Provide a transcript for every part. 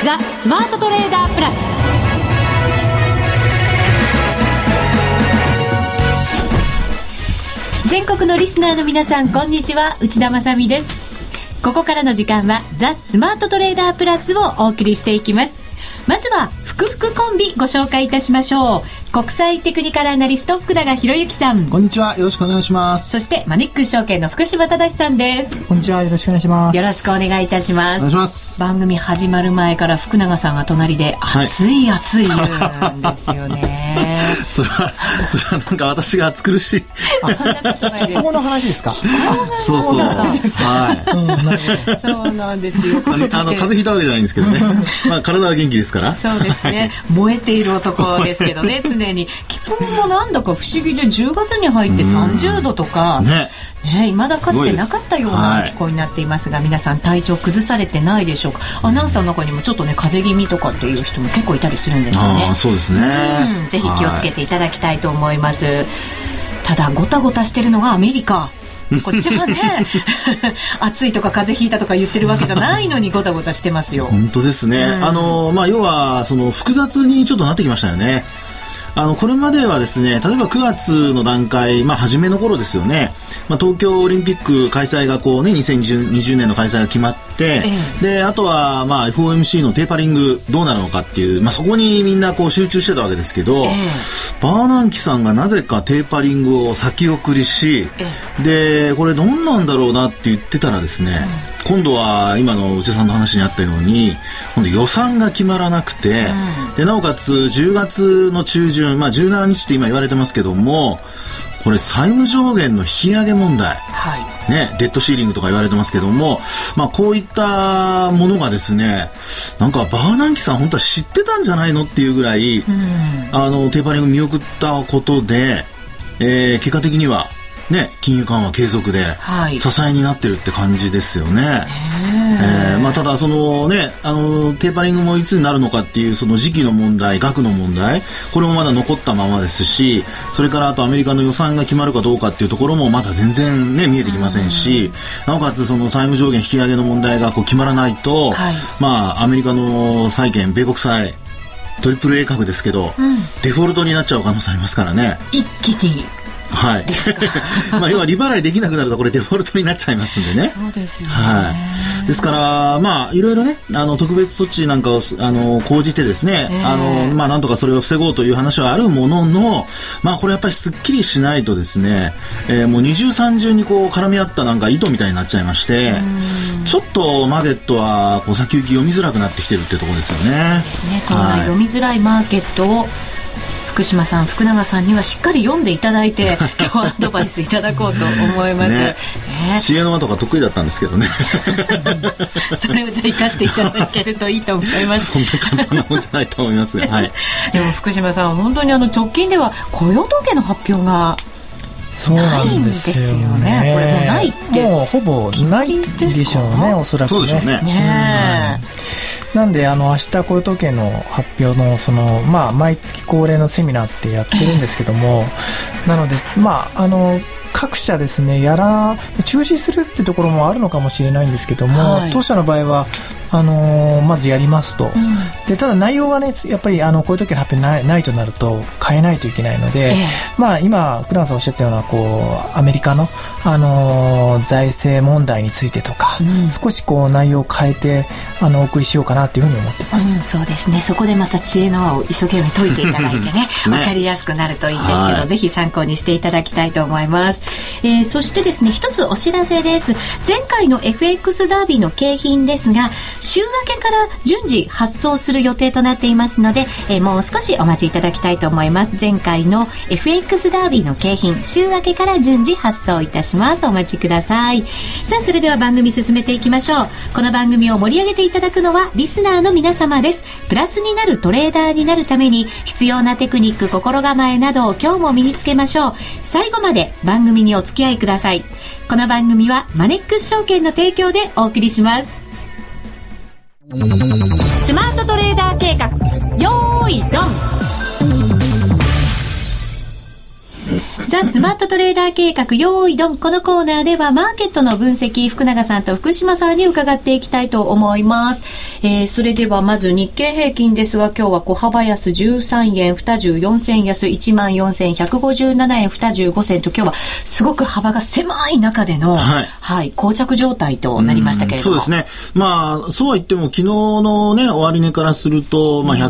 ザ・スマートトレーダープラス。全国のリスナーの皆さん、こんにちは、内田まさみです。ここからの時間はザ・スマートトレーダープラスをお送りしていきます。まずは福福コンビご紹介いたしましょう。国際テクニカルアナリスト福永博之さん、 こんにちは、よろしくお願いします。 そしてマネックス証券の福島正さんです。 こんにちは、よろしくお願いします。 よろしくお願いいたします。 お願いします。 番組始まる前から福永さんが隣で熱い熱い言うんですよね。 それはなんか私が暑苦しい。 気候の話ですか？ そうそう。はい。 そうなんですよ。 風邪ひいたわけじゃないんですけどね。まあ体は元気ですから。 そうですね。燃えている男ですけどね、常に。気候もなんだか不思議で、10月に入って30度とか、未だかつてなかったような気候になっていますが、皆さん体調崩されてないでしょうか？アナウンサーの中にもちょっとね、風邪気味とかっていう人も結構いたりするんですよね。 そうですね。 ぜひ気をつけていただきたいと思います。ただごたごたしてるのがアメリカ。こっちはね暑いとか風邪ひいたとか言ってるわけじゃないのにごたごたしてますよ。 本当ですね。要はその複雑にちょっとなってきましたよね。これまではですね、例えば9月の段階、初めの頃ですよね、東京オリンピック開催がこうね、2020年の開催が決まって、であとはFOMC のテーパリングどうなるのかっていう、そこにみんなこう集中してたわけですけど、バーナンキさんがなぜかテーパリングを先送りし、でこれどんなんだろうなって言ってたらですね、今度は今の内田さんの話にあったように、今度予算が決まらなくて、でなおかつ10月の中旬、17日って今言われてますけども、これ債務上限の引き上げ問題、デッドシーリングとか言われてますけども、こういったものがですね、なんかバーナンキさん本当は知ってたんじゃないのっていうぐらい、テーパリング見送ったことで、結果的には金融緩和継続で支えになってるって感じですよね。ただそのね、テーパリングもいつになるのかっていうその時期の問題、額の問題、これもまだ残ったままですし、それからあとアメリカの予算が決まるかどうかっていうところもまだ全然見えてきませんし、なおかつその債務上限引き上げの問題がこう決まらないと、アメリカの債券、米国債トリプル A 株ですけど、デフォルトになっちゃう可能性ありますからね。 一気にですか要は利払いできなくなるとこれデフォルトになっちゃいますんでね。 そうですよね。 ですからいろいろね、特別措置なんかを講じてですね、なんとかそれを防ごうという話はあるものの、これやっぱりすっきりしないとですね、もう二重三重にこう絡み合ったなんか糸みたいになっちゃいまして、ちょっとマーケットはこう先行き読みづらくなってきてるってところですよね。 そんな読みづらいマーケットを福島さん、福永さんにはしっかり読んでいただいて今日はアドバイスいただこうと思います。 知恵の輪とか得意だったんですけどねそれをじゃあ生かしていただけるといいと思います。 そんな簡単なもんじゃないと思いますが、 でも福島さん、本当に直近では雇用統計の発表がないんですよね。これもうないってもうほぼないでしょうね、おそらくね。 そうでしょうね。 なんで明日雇用統計の発表の毎月恒例のセミナーってやってるんですけども、なので各社ですね、中止するってところもあるのかもしれないんですけども、当社の場合はまずやりますと、でただ内容がね、やっぱりこういう時の発表ないとなると変えないといけないので、今福永さんおっしゃったようなアメリカの、財政問題についてとか、少し内容を変えてお送りしようかなというふうに思っています。 そうですね。そこでまた知恵の輪を一生懸命解いていただいてね分かりやすくなるといいんですけど、ぜひ参考にしていただきたいと思います。そしてですね、一つお知らせです。前回の FX ダービーの景品ですが、週明けから順次発送する予定となっていますので、もう少しお待ちいただきたいと思います。前回の FX ダービーの景品、週明けから順次発送いたします。お待ちください。さあ、それでは番組進めていきましょう。この番組を盛り上げていただくのはリスナーの皆様です。プラスになるトレーダーになるために必要なテクニック、心構えなどを今日も身につけましょう。最後まで番組にお付き合いください。この番組はマネックス証券の提供でお送りします。スマートトレーダー計画、よーいドン。 ザ・スマートトレーダー計画用意ドン。このコーナーではマーケットの分析、福永さんと福島さんに伺っていきたいと思います。それではまず日経平均ですが、今日は小幅安13円24銭安 14,157 円25銭と、今日はすごく幅が狭い中での、膠着状態となりましたけれども。 そうですね。まあそうは言っても昨日のね終値からすると、まあ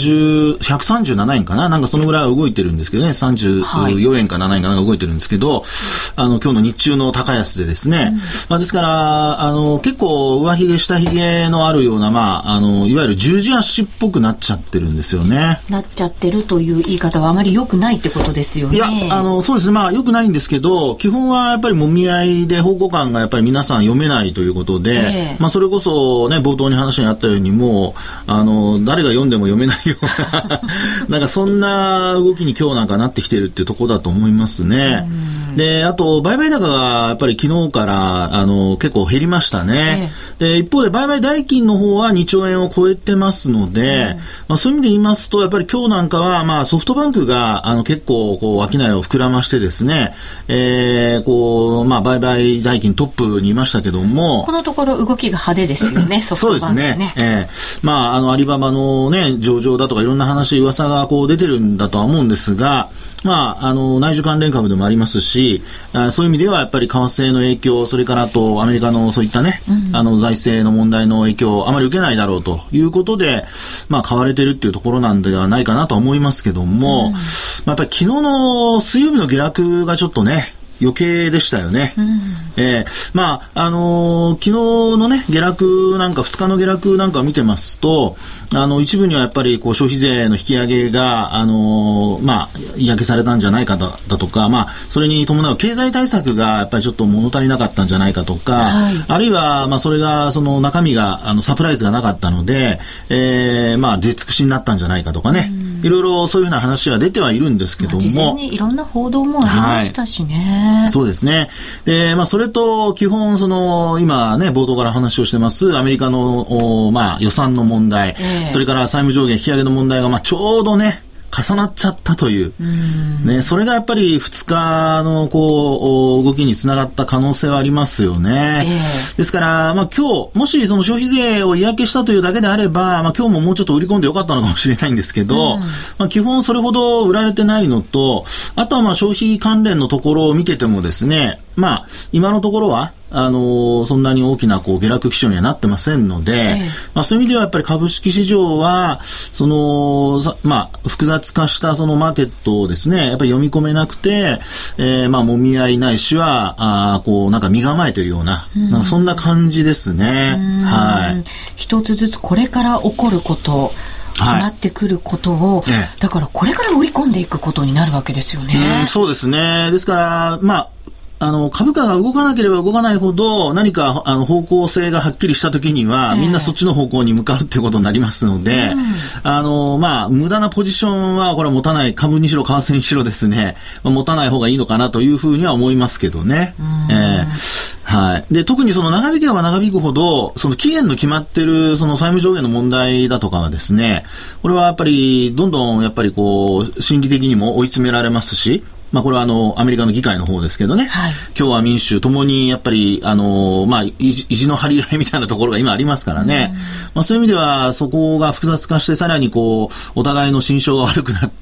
137円かな、なんかそのぐらいは動いてるんですけどね、34円か7円かなんか動いてるんですけど、今日の日中の高安でですね、まあ、ですから結構上髭下髭のあるような、まあいわゆる十字足っぽくなっちゃってるんですよね。 なっちゃってるという言い方はあまり良くないってことですよね。 いやそうですね、まあ良くないんですけど、基本はやっぱりもみ合いで方向感がやっぱり皆さん読めないということで、まあそれこそね冒頭に話にあったように、もう誰が読んでも読めないようななんかそんな動きに今日なんかなってきてるっていうところだと思いますね。で、あと売買高がやっぱり昨日から結構減りましたね。で、一方で売買代金の方は2兆円を超えてますので、まあ、そういう意味で言いますと、やっぱり今日なんかはまあソフトバンクが結構こう商いを膨らましてですね、まあ売買代金トップにいましたけども、 このところ動きが派手ですよね。ソフトバンクね。そうですね。 まあアリババのね上場だとかいろんな話噂がこう出てるんだとは思うんですが、まあ内需関連株でもありますし、そういう意味ではやっぱり為替の影響、それからあとアメリカのそういったね、財政の問題の影響をあまり受けないだろうということで、まあ買われてるっていうところなんではないかなと思いますけども、まあ、やっぱり昨日の水曜日の下落がちょっとね余計でしたよね。まあ昨日のね下落なんか2日の下落なんかを見てますと、一部にはやっぱりこう消費税の引き上げがまあ嫌気されたんじゃないかだとか、まあそれに伴う経済対策がやっぱりちょっと物足りなかったんじゃないかとか、あるいはまあそれがその中身がサプライズがなかったので、まあ出尽くしになったんじゃないかとかね、いろいろそういうふうな話は出てはいるんですけども、 事前にいろんな報道もありましたしね。 そうですね。で、まあそれと基本今ね冒頭から話をしてますアメリカのまあ予算の問題、それから債務上限引き上げの問題がまあちょうどね重なっちゃったという、ね、それがやっぱり2日のこう動きにつながった可能性はありますよね。ですから、まあ、今日もしその消費税を嫌気したというだけであれば、まあ、今日ももうちょっと売り込んでよかったのかもしれないんですけど、まあ、基本それほど売られてないのと、あとはまあ消費関連のところを見ててもですね、まあ、今のところはそんなに大きなこう下落基調にはなってませんので、まあ、そういう意味ではやっぱり株式市場はまあ、複雑化したそのマーケットをですねやっぱり読み込めなくて、まあ、もみ合いないしはこうなんか身構えてるような、なんかそんな感じですね。 一つずつこれから起こること決まってくることを、だからこれから売り込んでいくことになるわけですよね。 そうですね。ですからまあ株価が動かなければ動かないほど何か方向性がはっきりした時には、みんなそっちの方向に向かうっていうことになりますので、まあ無駄なポジションはこれは持たない、株にしろ為替にしろですね、持たない方がいいのかなというふうには思いますけどね。で特にその長引けば長引くほどその期限の決まってるその債務上限の問題だとかはですね、これはやっぱりどんどんやっぱりこう心理的にも追い詰められますし、まあこれはアメリカの議会の方ですけどね、共和民主ともにやっぱりまあ意地の張り合いみたいなところが今ありますからね、まあそういう意味ではそこが複雑化してさらにこうお互いの心象が悪くなって、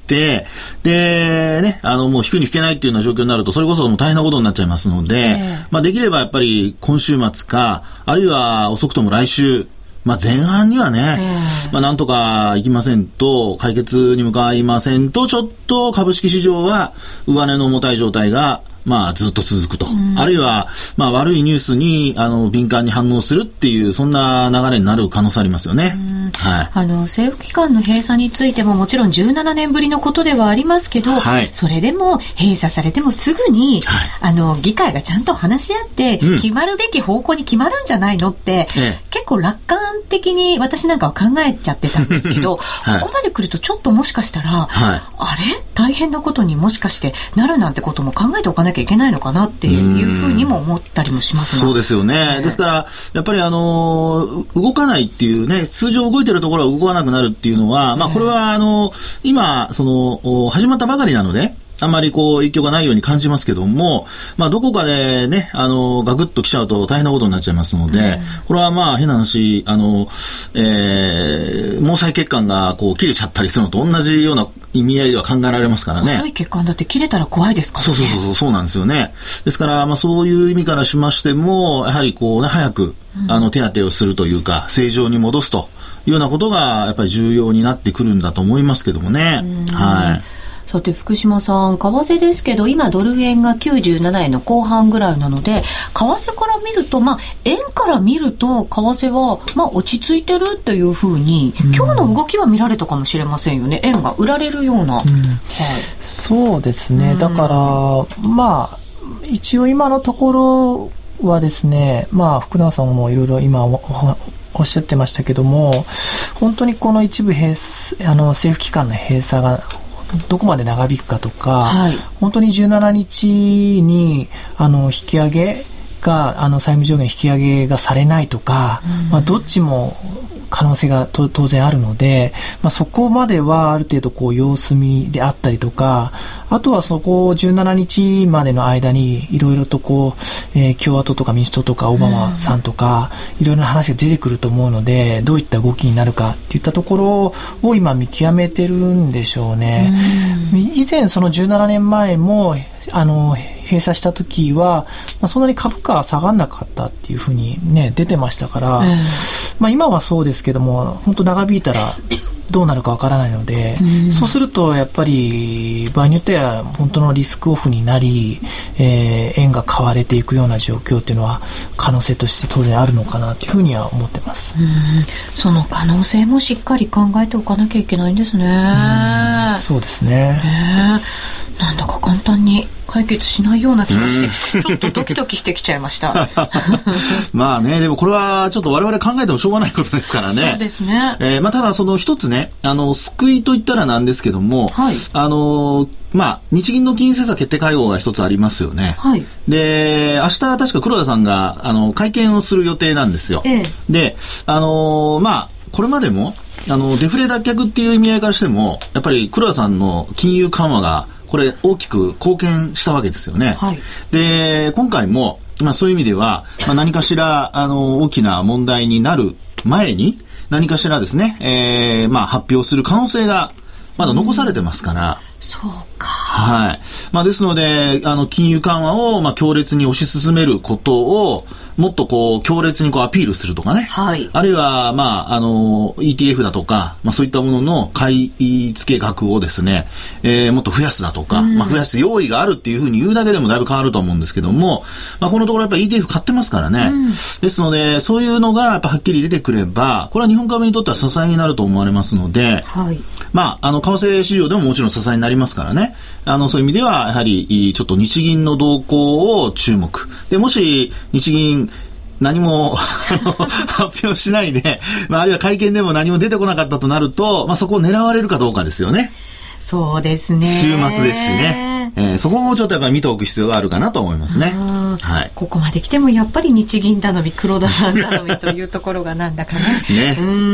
でねもう引くに引けないっていうような状況になるとそれこそもう大変なことになっちゃいますので、まあできればやっぱり今週末かあるいは遅くとも来週、まあ、前半にはね、まあ、なんとかいきませんと、解決に向かいませんと、ちょっと株式市場は上値の重たい状態がまあずっと続くと、あるいはまあ悪いニュースに敏感に反応するっていうそんな流れになる可能性ありますよね。 政府機関の閉鎖についてももちろん17年ぶりのことではありますけど、それでも閉鎖されてもすぐに、議会がちゃんと話し合って決まるべき方向に決まるんじゃないのって、結構楽観的に私なんかは考えちゃってたんですけど、ここまで来るとちょっともしかしたら、あれ大変なことにもしかしてなるなんてことも考えておかなきゃいけないのかなっていうふうにも思ったりもしますが、 そうですよね。ですからやっぱり動かないっていうね、通常動いてるところは動かなくなるっていうのは、まあこれは今始まったばかりなので、 あんまり影響がないように感じますけども、どこかでね、ガクッと来ちゃうと大変なことになっちゃいますので、これは変な話、毛細血管が切れちゃったりするのと同じような意味合いでは考えられますからね。 細い血管だって切れたら怖いですからね。 そうなんですよね。ですから、そういう意味からしましても、やはり早く、手当てをするというか、正常に戻すというようなことが、やっぱり重要になってくるんだと思いますけどもね。はい。 さて福島さん、為替ですけど今ドル円が97円の後半ぐらいなので、為替から見ると、円から見ると為替は落ち着いてるというふうに、今日の動きは見られたかもしれませんよね。円が売られるような、はい、 そうですね。だから一応今のところはですね、福永さんもいろいろ今おっしゃってましたけども、本当にこの一部政府機関の閉鎖がどこまで長引くかとか、本当に17日に引き上げが債務上限の引き上げがされないとか、どっちも可能性が当然あるので、そこまではある程度様子見であったりとか、あとはそこを17日までの間にいろいろと共和党とか民主党とかオバマさんとかいろいろな話が出てくると思うので、どういった動きになるかっていったところを今見極めてるんでしょうね。以前その17年前も閉鎖した時は、そんなに株価は下がらなかったっていうふうにね出てましたから、今はそうですけども、本当長引いたらどうなるかわからないので、そうするとやっぱり場合によっては本当のリスクオフになり、円が買われていくような状況っていうのは可能性として当然あるのかなというふうには思ってます。 その可能性もしっかり考えておかなきゃいけないんですね。 そうですね。 なんだか簡単に解決しないような気がして、ちょっとドキドキしてきちゃいました。 でもこれはちょっと我々考えてもしょうがないことですからね。 そうですね。 ただその一つね、救いと言ったらなんですけども、日銀の金融政策決定会合が一つありますよね。で、明日確か黒田さんが会見をする予定なんですよ。で、これまでもデフレ脱却っていう意味合いからしても、やっぱり黒田さんの金融緩和がこれ大きく貢献したわけですよね。で、今回も、そういう意味では、何かしら大きな問題になる前に何かしらですね、発表する可能性がまだ残されてますから。 そうか。 ですので金融緩和を強烈に推し進めることをもっと強烈にアピールするとかね、あるいはETF だとか、そういったものの買い付け額をですね、もっと増やすだとか、増やす用意があるっていうふうに言うだけでもだいぶ変わると思うんですけども、このところやっぱり ETF 買ってますからね、ですのでそういうのがやっぱはっきり出てくれば、これは日本株にとっては支えになると思われますので、為替市場でももちろん支えになりますからね、そういう意味ではやはりちょっと日銀の動向を注目で、もし日銀何も発表しないで、あるいは会見でも何も出てこなかったとなると、そこを狙われるかどうかですよね。 そうですね。 週末ですしね、そこもちょっとやっぱり見ておく必要があるかなと思いますね。 ここまで来てもやっぱり日銀頼み黒田さん頼みというところがなんだかね。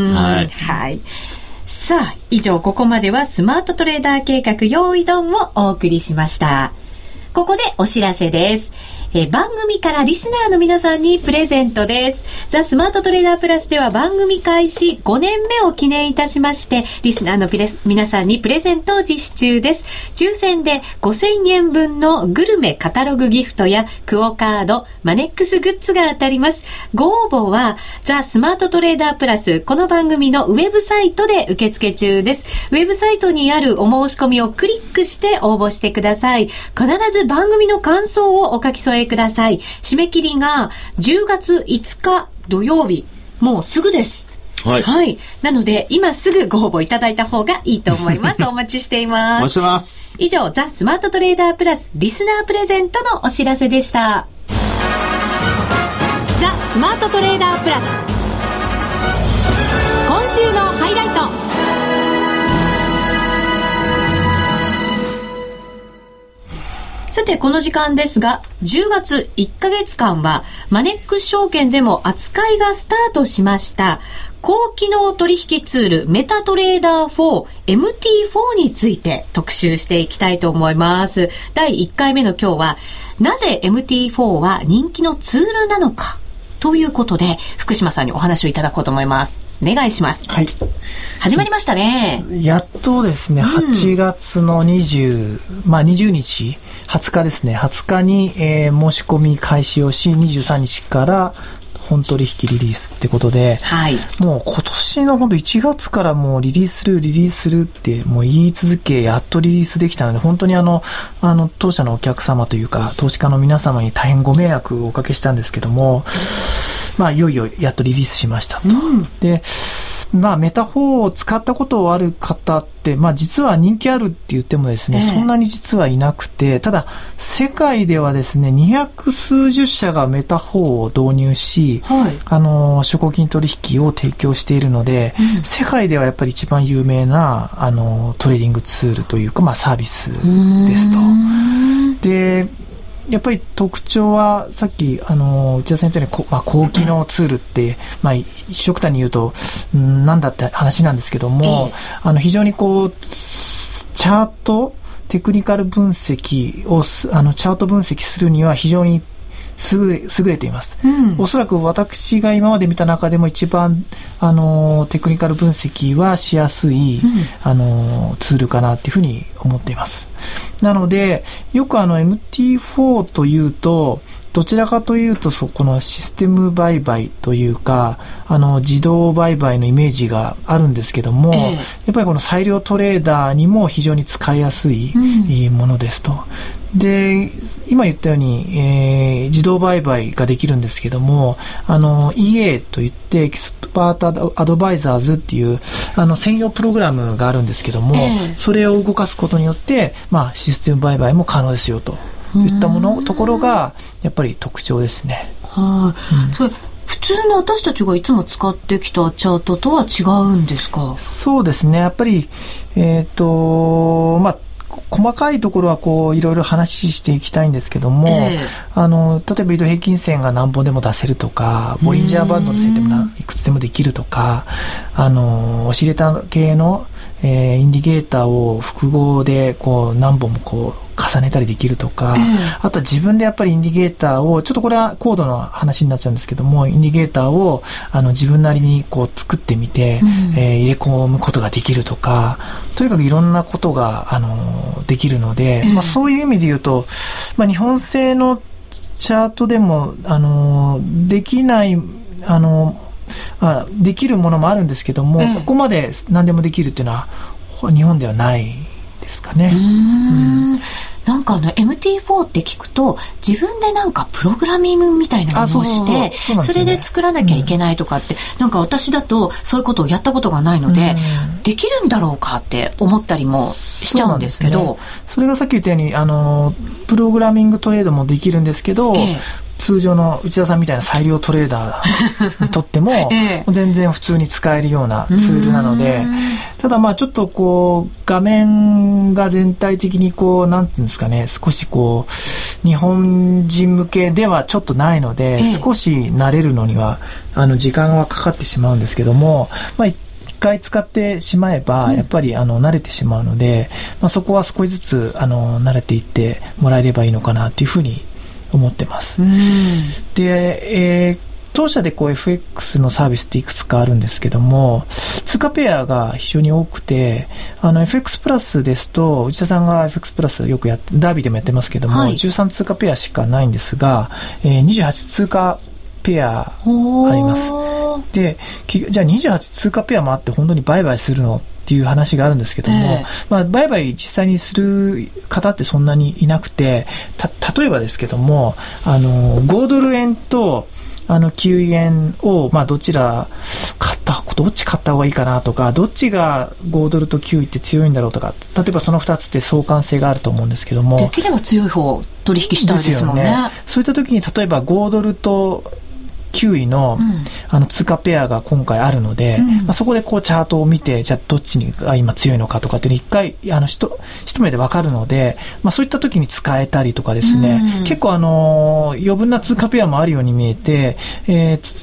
さあ、以上ここまではスマートトレーダー計画用意ドンをお送りしました。ここでお知らせです。番組からリスナーの皆さんにプレゼントです。ザ・スマートトレーダープラスでは番組開始5年目を記念いたしまして、リスナーの皆さんにプレゼントを実施中です。抽選で5000円分のグルメカタログギフトやクオカード、マネックスグッズが当たります。ご応募はザ・スマートトレーダープラス、この番組のウェブサイトで受付中です。ウェブサイトにあるお申し込みをクリックして応募してください。必ず番組の感想をお書き添えください。締め切りが10月5日土曜日、もうすぐです。なので今すぐご応募いただいた方がいいと思います。お待ちしています。 お待ちしてます。 以上、ザ・スマートトレーダープラスリスナープレゼントのお知らせでした。ザ・スマートトレーダープラス、今週のハイライト。さてこの時間ですが、10月1ヶ月間はマネックス証券でも扱いがスタートしました高機能取引ツールメタトレーダー 4MT4 について特集していきたいと思います。第1回目の今日は、なぜ MT4 は人気のツールなのかということで、福島さんにお話をいただこうと思います。お願いします。 はい。 始まりましたね。 やっとですね、8月の20日、20日ですね、20日に、申し込み開始をし、23日から本取引リリースってことで、 はい、 もう今年の本当1月からもうリリースするってもう言い続け、やっとリリースできたので、本当に当社のお客様というか投資家の皆様に大変ご迷惑をおかけしたんですけども、いよいよやっとリリースしましたと。で、メタ4を使ったことある方って、実は人気あるって言ってもですね、そんなに実はいなくて、ただ世界ではですね、200数十社がメタ4を導入し、証拠金取引を提供しているので、世界ではやっぱり一番有名なトレーディングツールというか、サービスですと。で、やっぱり特徴はさっき内田さん言ったように高機能ツールって、一緒くたに言うとなんだって話なんですけども、非常にチャートテクニカル分析をチャート分析するには非常に優れています。おそらく私が今まで見た中でも一番テクニカル分析はしやすい、ツールかなっていうふうに思っています。なのでよくMT4 というとどちらかというとこのシステム売買というか自動売買のイメージがあるんですけども、やっぱりこの裁量トレーダーにも非常に使いやすいものですと。で、今言ったように、自動売買ができるんですけども、EA といってエキスパートアドバイザーズっていう専用プログラムがあるんですけども、それを動かすことによって、システム売買も可能ですよといったところがやっぱり特徴ですね。 それ普通の私たちがいつも使ってきたチャートとは違うんですか？ そうですね。やっぱり細かいところはいろいろ話していきたいんですけども、例えば移動平均線が何本でも出せるとか、ボリンジャーバンドの設定もいくつでもできるとか、オシレーター系の、インディケーターを複合で何本も重ねたりできるとか、あとは自分でやっぱりインディケーターを、ちょっとこれは高度の話になっちゃうんですけども、インディケーターを自分なりに作ってみて、入れ込むことができるとか、とにかくいろんなことができるので、そういう意味で言うと、日本製のチャートでもできないできるものもあるんですけども、ここまで何でもできるっていうのは日本ではないですかね。 なんかMT4 って聞くと自分でなんかプログラミングみたいなのをして、それで作らなきゃいけないとかって、なんか私だとそういうことをやったことがないので、できるんだろうかって思ったりもしちゃうんですけど、 それがさっき言ったようにプログラミングトレードもできるんですけど、通常の内田さんみたいな裁量トレーダーにとっても全然普通に使えるようなツールなので、ただちょっと画面が全体的になんていうんですかね、少し日本人向けではちょっとないので、少し慣れるのには時間はかかってしまうんですけども、一回使ってしまえばやっぱり慣れてしまうので、そこは少しずつ慣れていってもらえればいいのかなというふうに思ってます。で、当社でFX のサービスっていくつかあるんですけども、通貨ペアが非常に多くて、FX プラスですと、内田さんが FX プラスよくダービーでもやってますけども、13通貨ペアしかないんですが、28通貨ペアあります。で、じゃあ28通貨ペアもあって本当に売買するのっていう話があるんですけども、売買実際にする方ってそんなにいなくて、例えばですけども、5ドル円と9円を、どっち買った方がいいかなとか、どっちが5ドルと9位って強いんだろうとか、例えばその2つって相関性があると思うんですけども、 できれば強い方取引したいですもんね。 そういった時に例えば5ドルと9位の、通貨ペアが今回あるので、そこでチャートを見て、じゃあどっちが今強いのかとかっていうの一回一目で分かるので、そういった時に使えたりとかですね、結構余分な通貨ペアもあるように見えて、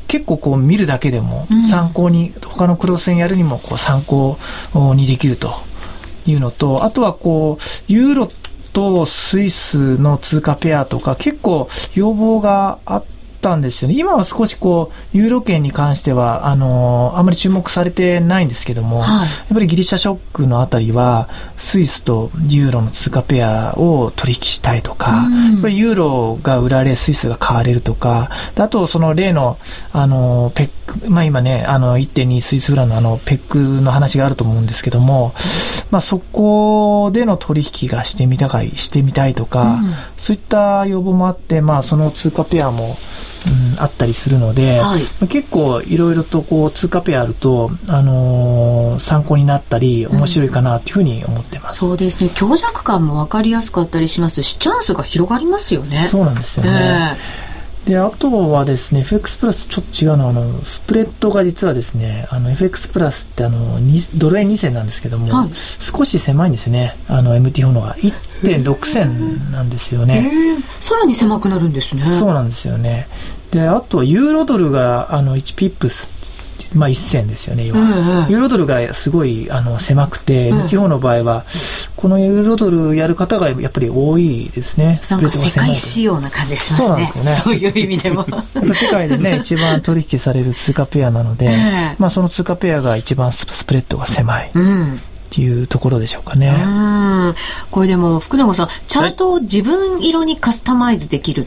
結構こう見るだけでも参考に、他のクロス円やるにもこう参考にできるというのと、あとはこうユーロとスイスの通貨ペアとか結構要望があったんですよね。今は少しこうユーロ圏に関してはあまり注目されてないんですけども、やっぱりギリシャショックのあたりはスイスとユーロの通貨ペアを取引したいとか、やっぱりユーロが売られスイスが買われるとか、あとその例のペック、今ね1.2 スイスフランのペックの話があると思うんですけども、そこでの取引がしてみたいとか、そういった要望もあって、その通貨ペアもあったりするので、結構いろいろとこう通貨ペアあると、参考になったり面白いかなというふうに思ってます。 そうですね。強弱感も分かりやすかったりしますし、チャンスが広がりますよね。 そうなんですよね。で、あとはですね、FX プラスちょっと違うのは、スプレッドが実はですね、FX プラスってドル円2銭なんですけども、少し狭いんですよね。MT のが 1.6 銭なんですよね。 さらに狭くなるんですね。 そうなんですよね。で、あとはユーロドルが1ピップス、1銭ですよね。要はユーロドルがすごい狭くて、MT4 の場合はこのユーロドルやる方がやっぱり多いですね。 なんか世界仕様な感じがしますね。 そうなんですよね。 そういう意味でも世界でね一番取引される通貨ペアなので、その通貨ペアが一番スプレッドが狭いっていうところでしょうかね。 これでも福永さん、チャートを自分色にカスタマイズできるって、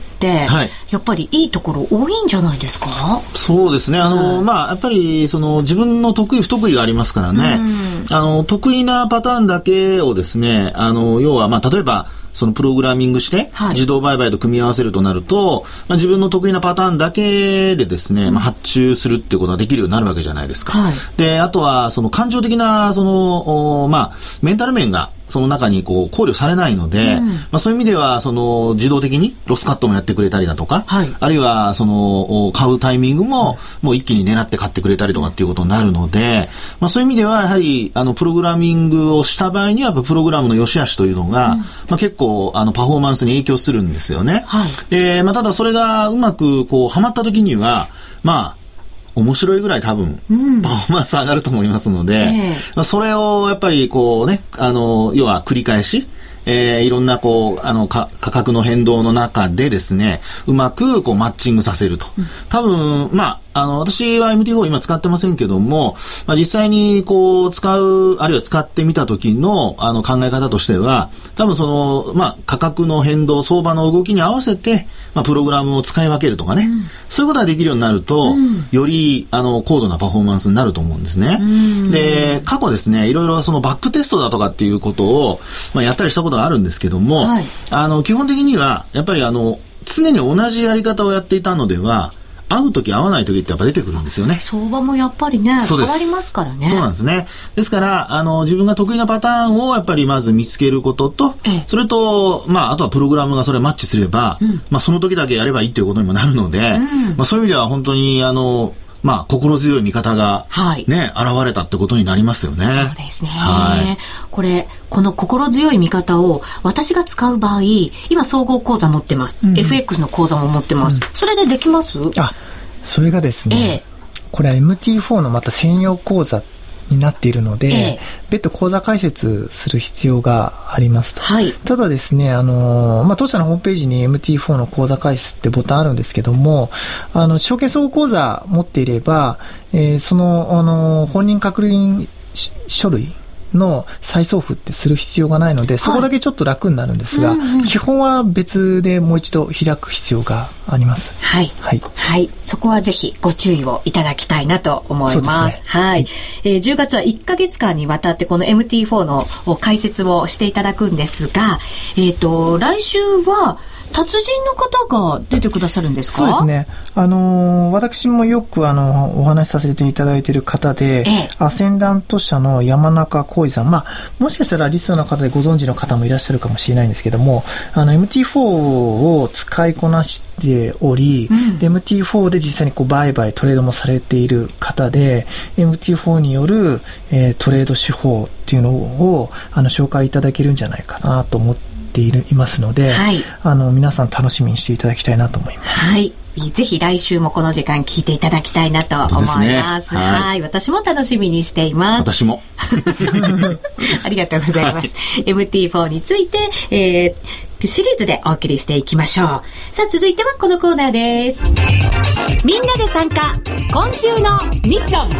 やっぱりいいところ多いんじゃないですか？ そうですね。やっぱりその自分の得意不得意がありますからね。得意なパターンだけをですね、要は例えばそのプログラミングして自動売買と組み合わせるとなると、自分の得意なパターンだけでですね、発注するっていうことができるようになるわけじゃないですか。で、あとはその感情的なそのメンタル面がその中にこう考慮されないので、そういう意味ではその自動的にロスカットもやってくれたりだとか、あるいはその買うタイミングももう一気に狙って買ってくれたりとかっていうことになるので、そういう意味ではやはりプログラミングをした場合にはプログラムの良し悪しというのが、結構パフォーマンスに影響するんですよね。で、ただそれがうまくこうはまった時には面白いぐらい多分パフォーマンス上がると思いますので、それをやっぱりこうね、要は繰り返し、いろんなこう価格の変動の中でですね、うまくこうマッチングさせると。多分私は MT4 今使ってませんけども、実際にこう使う、あるいは使ってみた時の考え方としては、多分その価格の変動、相場の動きに合わせてプログラムを使い分けるとかね、そういうことができるようになると、より高度なパフォーマンスになると思うんですね。で、過去ですね、いろいろそのバックテストだとかっていうことをやったりしたことがあるんですけども、基本的にはやっぱり常に同じやり方をやっていたのでは、合うとき合わないときってやっぱ出てくるんですよね。 相場もやっぱりね、変わりますからね。 そうなんですね。ですから自分が得意なパターンをやっぱりまず見つけることと、それとあとはプログラムがそれマッチすれば、その時だけやればいいということにもなるので、そういう意味では本当に心強い味方がね、現れたってことになりますよね。 そうですね。この心強い味方を私が使う場合、今総合口座持ってます。FX の口座も持ってます。それでできます？ それがですね、これは MT4 のまた専用口座になっているので、別途口座開設する必要がありますと。ただですね、当社のホームページに MT4 の口座開設ってボタンあるんですけども、証券総合口座持っていれば、その本人確認書類の再送付ってする必要がないので、そこだけちょっと楽になるんですが、基本は別でもう一度開く必要があります。 そこはぜひご注意をいただきたいなと思います。10月は1ヶ月間にわたってこの MT4 の解説をしていただくんですが、来週は達人の方が出てくださるんですか？ そうですね。私もよくお話しさせていただいている方で、アセンダント社の山中浩二さん、もしかしたらリスナーの方でご存知の方もいらっしゃるかもしれないんですけども、MT4 を使いこなしており、MT4 で実際に売買トレードもされている方で、MT4 による、トレード手法っていうのを紹介いただけるんじゃないかなと思っていますので、皆さん楽しみにしていただきたいなと思います。 ぜひ来週もこの時間聞いていただきたいなと思います。はい、私も楽しみにしています。 私もありがとうございます。MT4 について、シリーズでお送りしていきましょう。さあ続いてはこのコーナーです。みんなで参加、今週のミッション。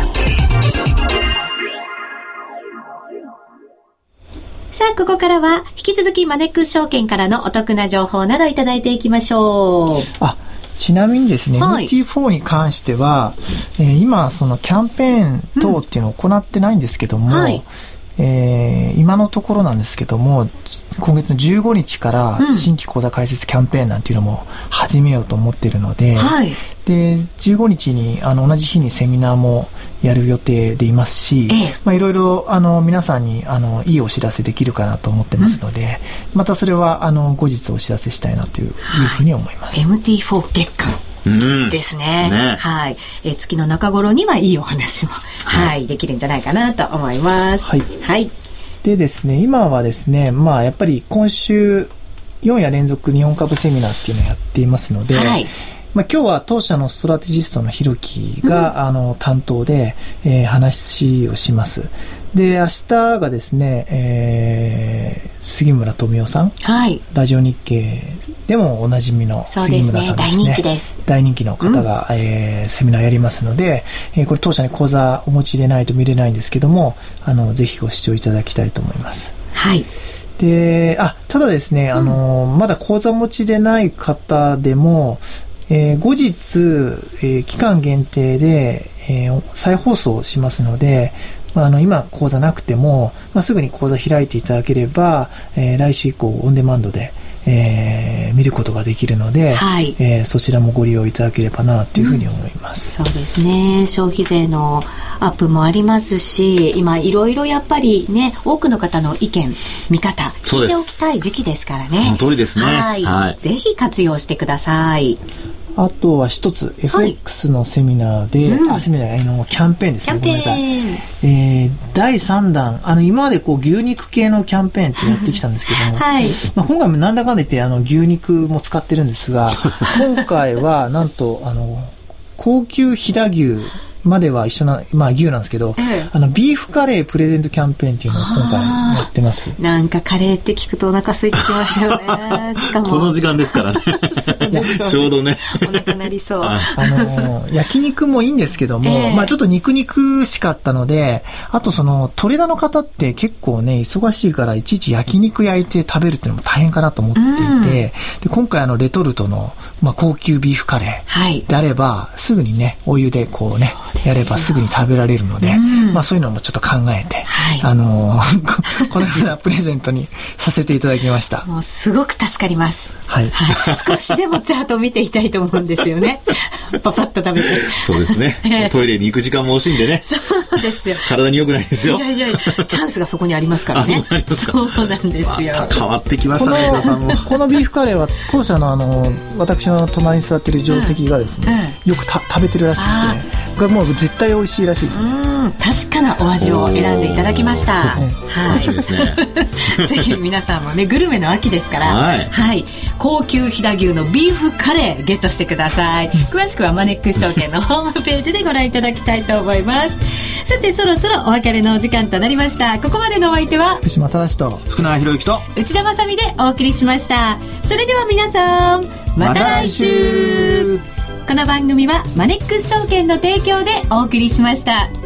さあここからは引き続きマネックス証券からのお得な情報などいただいていきましょう。 ちなみにですね、 はい、 MT4 に関しては、今そのキャンペーン等っていうのを行ってないんですけども、はい、今のところなんですけども、今月の15日から新規口座開設キャンペーンなんていうのも始めようと思っているので、 はい、 で15日に同じ日にセミナーもやる予定でいますし、いろいろ皆さんにいいお知らせできるかなと思ってますので、またそれは後日お知らせしたいなというふうに思います。 MT4 月間ですね。はい。月の中頃にはいいお話も、はい、できるんじゃないかなと思います。 はい。 はい。 でですね、今はですね、やっぱり今週4夜連続日本株セミナーっていうのをやっていますので、はい、今日は当社のストラテジストのひろきが、担当で、話をします。で、明日がですね、杉村富夫さん、はい、ラジオ日経でもおなじみの杉村さんですね。 大人気です。 大人気の方が、セミナーやりますので、これ当社に講座お持ちでないと見れないんですけども、ぜひご視聴いただきたいと思います。 はい。 で、ただですね、まだ講座持ちでない方でも、後日、期間限定で、再放送しますので、今講座なくても、すぐに講座開いていただければ、来週以降オンデマンドで、見ることができるので、はい、そちらもご利用いただければなというふうに思います。 そうですね。消費税のアップもありますし、今いろいろやっぱりね、多くの方の意見、見方聞いておきたい時期ですからね。 その通りですね。 はい。はい、ぜひ活用してください。 あとは一つ、FX のセミナーで、セミナーキャンペーンですね。ごめんなさい。第3弾、今まで牛肉系のキャンペーンってやってきたんですけども、はい、今回もなんだかんだ言って牛肉も使ってるんですが、今回はなんと高級飛騨牛までは一緒な、牛なんですけど、ビーフカレープレゼントキャンペーンっていうのを今回やってます。 なんかカレーって聞くとお腹空いてきますよね。しかもこの時間ですからね。ちょうどね。 お腹なりそう。 焼肉もいいんですけども、ちょっと肉しかったので、あとトレーダーの方って結構ね、忙しいからいちいち焼肉焼いて食べるっていうのも大変かなと思っていて、で今回レトルトの、高級ビーフカレーであれば、すぐにね、お湯でやればすぐに食べられるので、そういうのもちょっと考えて、はい、このようなプレゼントにさせていただきました。 もうすごく助かります。 はい。 少しでもチャートを見ていたいと思うんですよね。パパッと食べて。 そうですね。トイレに行く時間も惜しいんでね。 そうですよ。 体に良くないですよ。 いやチャンスがそこにありますからね。そうなんですよ。 変わってきましたね、皆さんも。 このビーフカレーは当社の私の隣に座っている定石がですね、よく食べてるらしくて、これもう絶対美味しいらしいですね。 確かなお味を選んでいただきました。はい。 ですね。 ぜひ皆さんもね、グルメの秋ですから、はい。高級飛騨牛のビーフカレーゲットしてください。詳しくはマネックス証券のホームページでご覧いただきたいと思います。さて、そろそろお別れのお時間となりました。ここまでのお相手は福島正と福永博之と内田まさみでお送りしました。それでは皆さん、また来週。この番組はマネックス証券の提供でお送りしました。